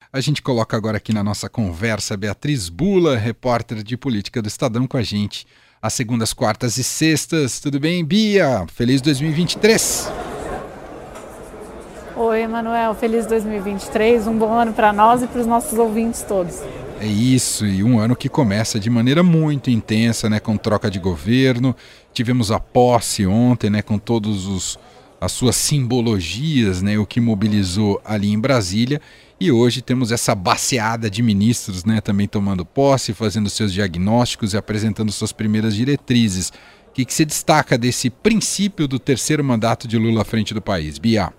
A gente coloca agora aqui na nossa conversa Beatriz Bula, repórter de política do Estadão, com a gente às segundas, quartas e sextas. Tudo bem, Bia? Feliz 2023! Oi, Emanuel. Feliz 2023. Um bom ano para nós e para os nossos ouvintes todos. É isso, e um ano que começa de maneira muito intensa, né, com troca de governo. Tivemos a posse ontem, né, com todos as suas simbologias, né, o que mobilizou ali em Brasília. E hoje temos essa baciada de ministros, né, também tomando posse, fazendo seus diagnósticos e apresentando suas primeiras diretrizes. O que se destaca desse princípio do terceiro mandato de Lula à frente do país? Bia?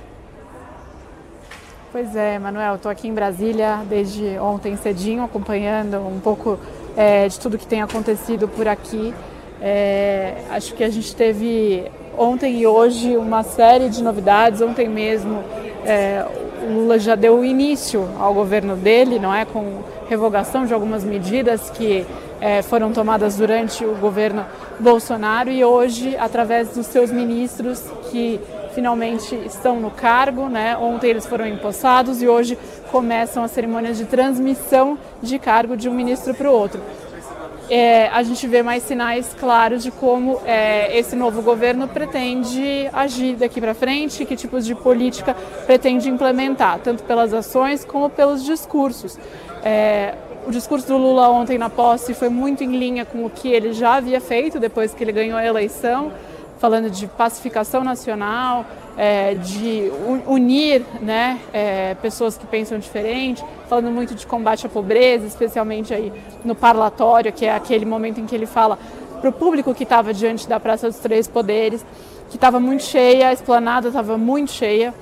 Pois é, Manuel, estou aqui em Brasília desde ontem cedinho, acompanhando um pouco de tudo que tem acontecido por aqui. Acho que a gente teve ontem e hoje uma série de novidades. Ontem mesmo o Lula já deu início ao governo dele, não é, com revogação de algumas medidas que foram tomadas durante o governo Bolsonaro, e hoje, através dos seus ministros que finalmente estão no cargo, né? Ontem eles foram empossados e hoje começam as cerimônias de transmissão de cargo de um ministro para o outro. A gente vê mais sinais claros de como esse novo governo pretende agir daqui para frente, que tipos de política pretende implementar, tanto pelas ações como pelos discursos. O discurso do Lula ontem na posse foi muito em linha com o que ele já havia feito depois que ele ganhou a eleição, falando de pacificação nacional, de unir, né, pessoas que pensam diferente, falando muito de combate à pobreza, especialmente aí no parlatório, que é aquele momento em que ele fala para o público que estava diante da Praça dos Três Poderes, que estava muito cheia, a esplanada estava muito cheia.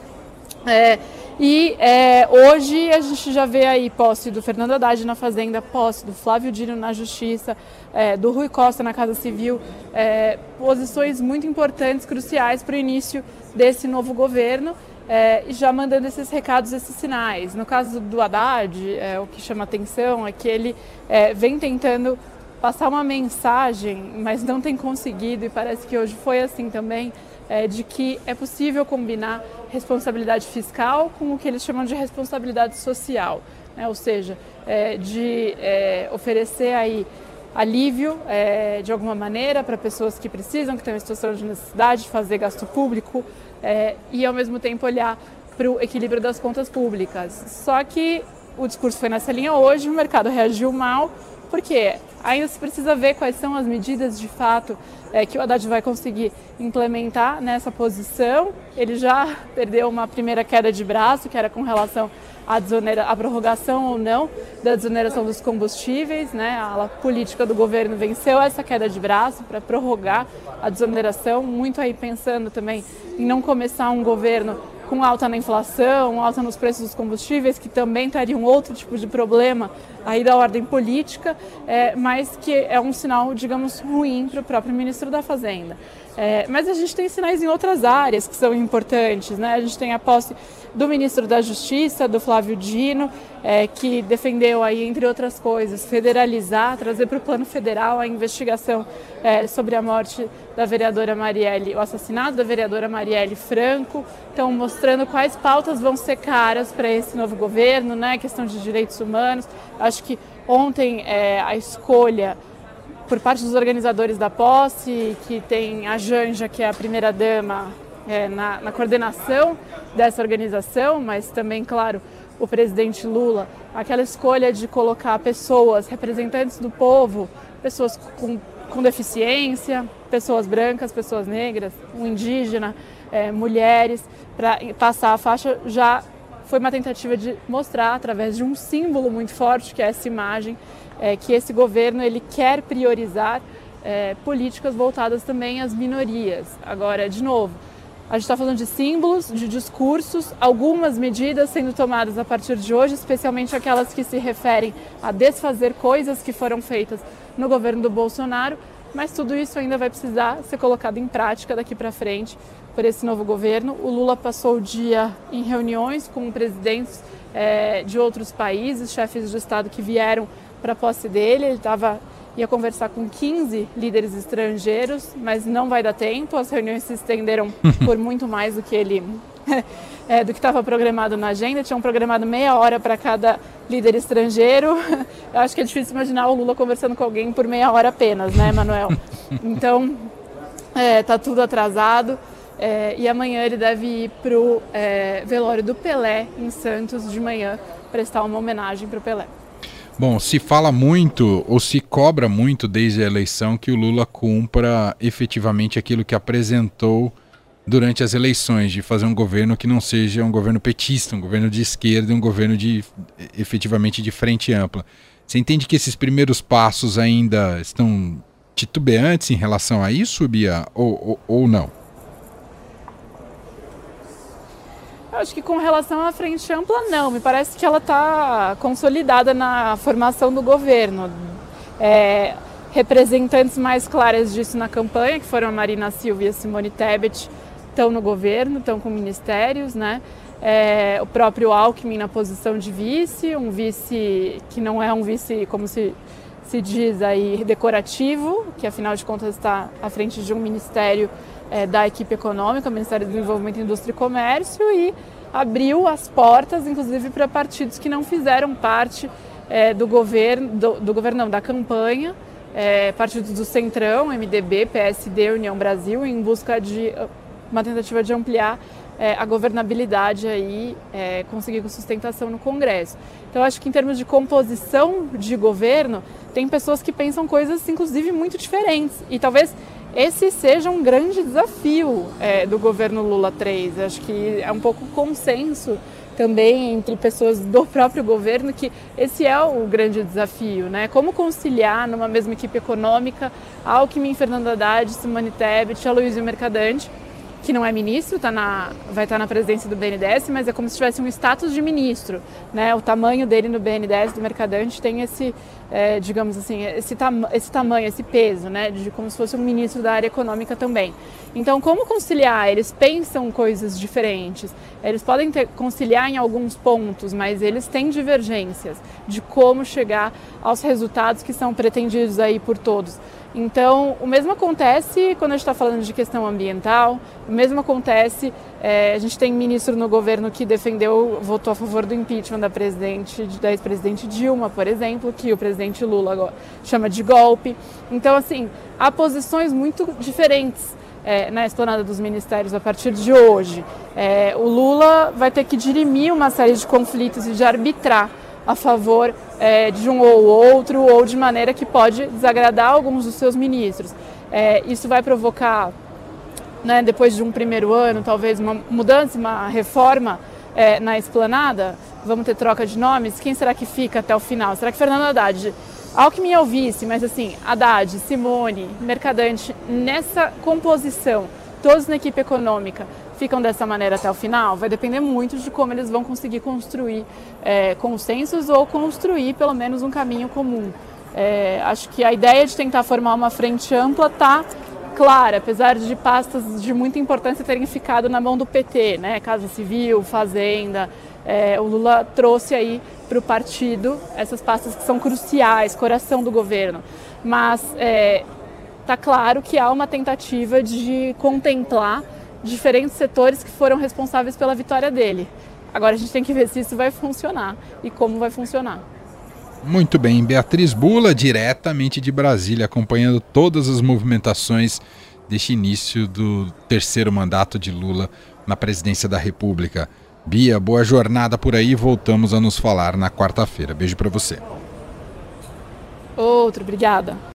Hoje a gente já vê aí posse do Fernando Haddad na Fazenda, posse do Flávio Dino na Justiça, do Rui Costa na Casa Civil, posições muito importantes, cruciais para o início desse novo governo, e já mandando esses recados, esses sinais. No caso do Haddad, o que chama atenção é que ele vem tentando passar uma mensagem, mas não tem conseguido, e parece que hoje foi assim também, de que é possível combinar responsabilidade fiscal com o que eles chamam de responsabilidade social, né? Ou seja, de oferecer aí alívio de alguma maneira para pessoas que precisam, que têm uma situação de necessidade de fazer gasto público, e ao mesmo tempo olhar para o equilíbrio das contas públicas. Só que o discurso foi nessa linha hoje, o mercado reagiu mal, porque ainda se precisa ver quais são as medidas de fato que o Haddad vai conseguir implementar nessa posição. Ele já perdeu uma primeira queda de braço, que era com relação à prorrogação ou não da desoneração dos combustíveis, né? A ala política do governo venceu essa queda de braço para prorrogar a desoneração, muito aí pensando também em não começar um governo com alta na inflação, alta nos preços dos combustíveis, que também traria um outro tipo de problema aí da ordem política, mas que é um sinal, digamos, ruim para o próprio ministro da Fazenda. Mas a gente tem sinais em outras áreas que são importantes, né? A gente tem a posse do ministro da Justiça, do Flávio Dino, que defendeu aí, entre outras coisas, federalizar, trazer para o plano federal a investigação sobre a morte da vereadora Marielle, o assassinato da vereadora Marielle Franco. Então, mostrando quais pautas vão ser caras para esse novo governo, né? Questão de direitos humanos. Acho que ontem a escolha por parte dos organizadores da posse, que tem a Janja, que é a primeira-dama, na coordenação dessa organização, mas também, claro, o presidente Lula, aquela escolha de colocar pessoas, representantes do povo, pessoas com deficiência, pessoas brancas, pessoas negras, um indígena, mulheres, para passar a faixa, já foi uma tentativa de mostrar, através de um símbolo muito forte, que é essa imagem, que esse governo ele quer priorizar políticas voltadas também às minorias. Agora, de novo, a gente está falando de símbolos, de discursos, algumas medidas sendo tomadas a partir de hoje, especialmente aquelas que se referem a desfazer coisas que foram feitas no governo do Bolsonaro, mas tudo isso ainda vai precisar ser colocado em prática daqui para frente por esse novo governo. O Lula passou o dia em reuniões com presidentes de outros países, chefes de Estado que vieram para a posse dele. Ele ia conversar com 15 líderes estrangeiros, mas não vai dar tempo. As reuniões se estenderam por muito mais do que ele do que estava programado na agenda. Tinham programado meia hora para cada líder estrangeiro. Eu acho que é difícil imaginar o Lula conversando com alguém por meia hora apenas, né, Manuel? Então, tá tudo atrasado. E amanhã ele deve ir para o velório do Pelé, em Santos, de manhã, prestar uma homenagem para o Pelé. Bom, se fala muito ou se cobra muito desde a eleição que o Lula cumpra efetivamente aquilo que apresentou durante as eleições, de fazer um governo que não seja um governo petista, um governo de esquerda, um governo efetivamente de frente ampla. Você entende que esses primeiros passos ainda estão titubeantes em relação a isso, Bia, ou não? Acho que com relação à frente ampla, não. Me parece que ela está consolidada na formação do governo. Representantes mais claras disso na campanha, que foram a Marina Silva e a Simone Tebet, estão no governo, estão com ministérios, né? O próprio Alckmin na posição de vice, um vice que não é um vice, como se diz aí, decorativo, que afinal de contas está à frente de um ministério da equipe econômica, o Ministério do Desenvolvimento, Indústria e Comércio, e abriu as portas, inclusive, para partidos que não fizeram parte do governo, não, da campanha, partidos do Centrão, MDB, PSD, União Brasil, em busca de uma tentativa de ampliar a governabilidade aí, conseguir sustentação no Congresso. Então, acho que em termos de composição de governo, tem pessoas que pensam coisas, inclusive, muito diferentes. E talvez esse seja um grande desafio do governo Lula 3. Acho que é um pouco consenso também entre pessoas do próprio governo que esse é o grande desafio, né? Como conciliar numa mesma equipe econômica Alckmin, Fernando Haddad, Simone Tebet, Aloysio Mercadante, que não é ministro, vai estar na presidência do BNDES, mas é como se tivesse um status de ministro, né? O tamanho dele no BNDES, do Mercadante, tem esse, digamos assim, esse tamanho, esse peso, né? De como se fosse um ministro da área econômica também. Então, como conciliar? Eles pensam coisas diferentes, eles podem conciliar em alguns pontos, mas eles têm divergências de como chegar aos resultados que são pretendidos aí por todos. Então, o mesmo acontece quando a gente está falando de questão ambiental, o mesmo acontece, a gente tem ministro no governo que votou a favor do impeachment da ex-presidente Dilma, por exemplo, que o presidente Lula agora chama de golpe. Então, assim, há posições muito diferentes na esplanada dos ministérios a partir de hoje. O Lula vai ter que dirimir uma série de conflitos e de arbitrar a favor de um ou outro, ou de maneira que pode desagradar alguns dos seus ministros. Isso vai provocar, né, depois de um primeiro ano, talvez uma mudança, uma reforma na esplanada. Vamos ter troca de nomes. Quem será que fica até o final? Será que Fernando Haddad? Alckmin é o vice, mas assim, Haddad, Simone, Mercadante, nessa composição, todos na equipe econômica, ficam dessa maneira até o final? Vai depender muito de como eles vão conseguir construir consensos ou construir pelo menos um caminho comum. Acho que a ideia de tentar formar uma frente ampla está clara, apesar de pastas de muita importância terem ficado na mão do PT, né? Casa Civil, Fazenda. O Lula trouxe aí para o partido essas pastas que são cruciais, coração do governo. Mas está claro que há uma tentativa de contemplar diferentes setores que foram responsáveis pela vitória dele. Agora a gente tem que ver se isso vai funcionar e como vai funcionar. Muito bem, Beatriz Bula, diretamente de Brasília, acompanhando todas as movimentações deste início do terceiro mandato de Lula na presidência da República. Bia, boa jornada por aí, voltamos a nos falar na quarta-feira. Beijo para você. Outro, obrigada.